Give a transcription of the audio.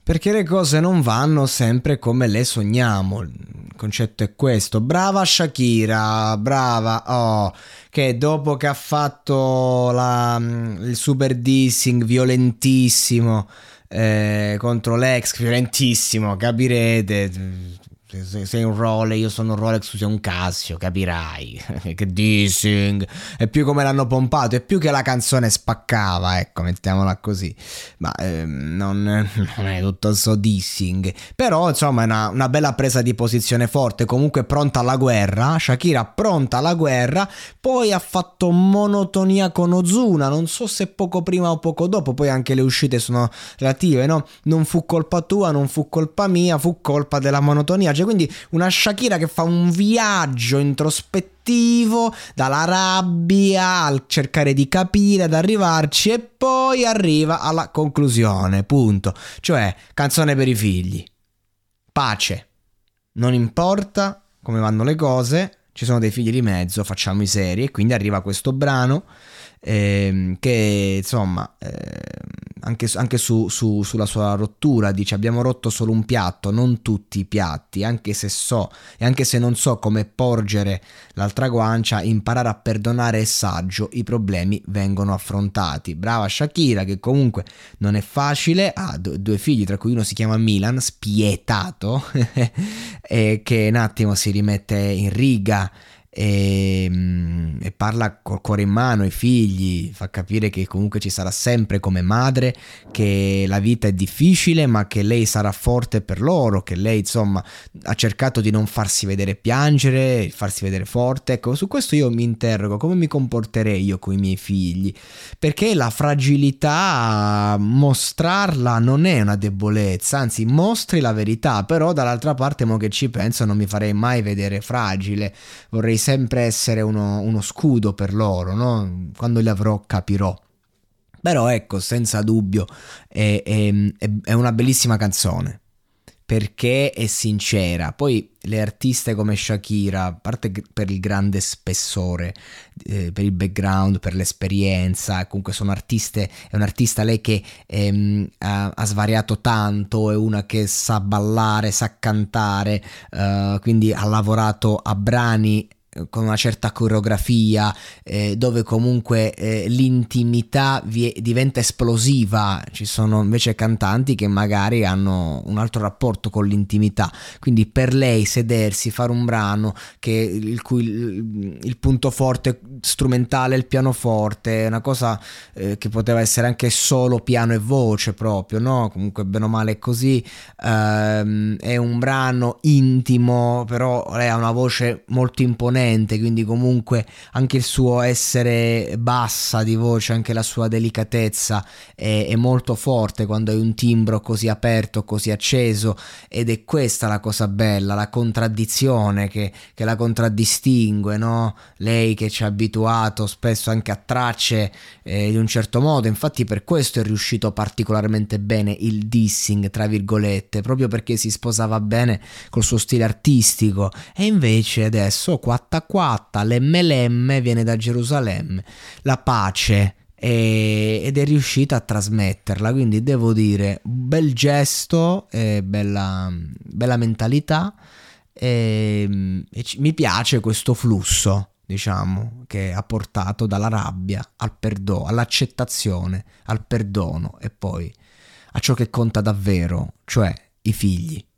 Perché le cose non vanno sempre come le sogniamo. Il concetto è questo. Brava Shakira, brava. Oh, che dopo che ha fatto il super dissing violentissimo contro l'ex, violentissimo, capirete. Se sei un Rolex, io sono un Rolex, tu sei un Casio, capirai. Che dissing. È più come l'hanno pompato, è più che la canzone spaccava, ecco, mettiamola così. Ma non è tutto sto dissing. Però, insomma, è una bella presa di posizione forte, comunque pronta alla guerra. Shakira pronta alla guerra. Poi ha fatto monotonia con Ozuna, non so se poco prima o poco dopo, poi anche le uscite sono relative, no? Non fu colpa tua, non fu colpa mia, fu colpa della monotonia. Cioè, quindi una Shakira che fa un viaggio introspettivo dalla rabbia al cercare di capire, ad arrivarci, e poi arriva alla conclusione, punto. Cioè, canzone per i figli, pace, non importa come vanno le cose, ci sono dei figli di mezzo, facciamo i seri. E quindi arriva questo brano che insomma anche sulla sua rottura dice: abbiamo rotto solo un piatto, non tutti i piatti, anche se non so come porgere l'altra guancia, imparare a perdonare è saggio, i problemi vengono affrontati. Brava Shakira, che comunque non è facile, ha due figli tra cui uno si chiama Milan, spietato e che un attimo si rimette in riga e parla col cuore in mano ai figli, fa capire che comunque ci sarà sempre come madre, che la vita è difficile ma che lei sarà forte per loro, che lei insomma ha cercato di non farsi vedere piangere, farsi vedere forte. Ecco, su questo io mi interrogo: come mi comporterei io con i miei figli? Perché la fragilità, mostrarla non è una debolezza, anzi mostri la verità. Però dall'altra parte, mo che ci penso, non mi farei mai vedere fragile, vorrei sempre essere uno scudo per loro, no? Quando li avrò capirò. Però ecco, senza dubbio è una bellissima canzone, perché è sincera. Poi le artiste come Shakira, a parte per il grande spessore, per il background, per l'esperienza, comunque sono artiste, è un'artista lei che ha svariato tanto, è una che sa ballare, sa cantare, quindi ha lavorato a brani con una certa coreografia, dove comunque l'intimità diventa esplosiva. Ci sono invece cantanti che magari hanno un altro rapporto con l'intimità, quindi per lei sedersi, fare un brano il cui il punto forte strumentale è il pianoforte, è una cosa che poteva essere anche solo piano e voce proprio, no? Comunque bene o male è così. È un brano intimo, però lei ha una voce molto imponente, quindi comunque anche il suo essere bassa di voce, anche la sua delicatezza è molto forte quando hai un timbro così aperto, così acceso. Ed è questa la cosa bella, la contraddizione che la contraddistingue, no? Lei che ci ha abituato spesso anche a tracce di un certo modo. Infatti per questo è riuscito particolarmente bene il dissing, tra virgolette, proprio perché si sposava bene col suo stile artistico. E invece adesso quatta l'MLM viene da Gerusalemme, la pace, ed è riuscita a trasmetterla. Quindi devo dire, bel gesto, bella mentalità, mi piace questo flusso, diciamo, che ha portato dalla rabbia al perdono, all'accettazione, al perdono e poi a ciò che conta davvero, cioè i figli.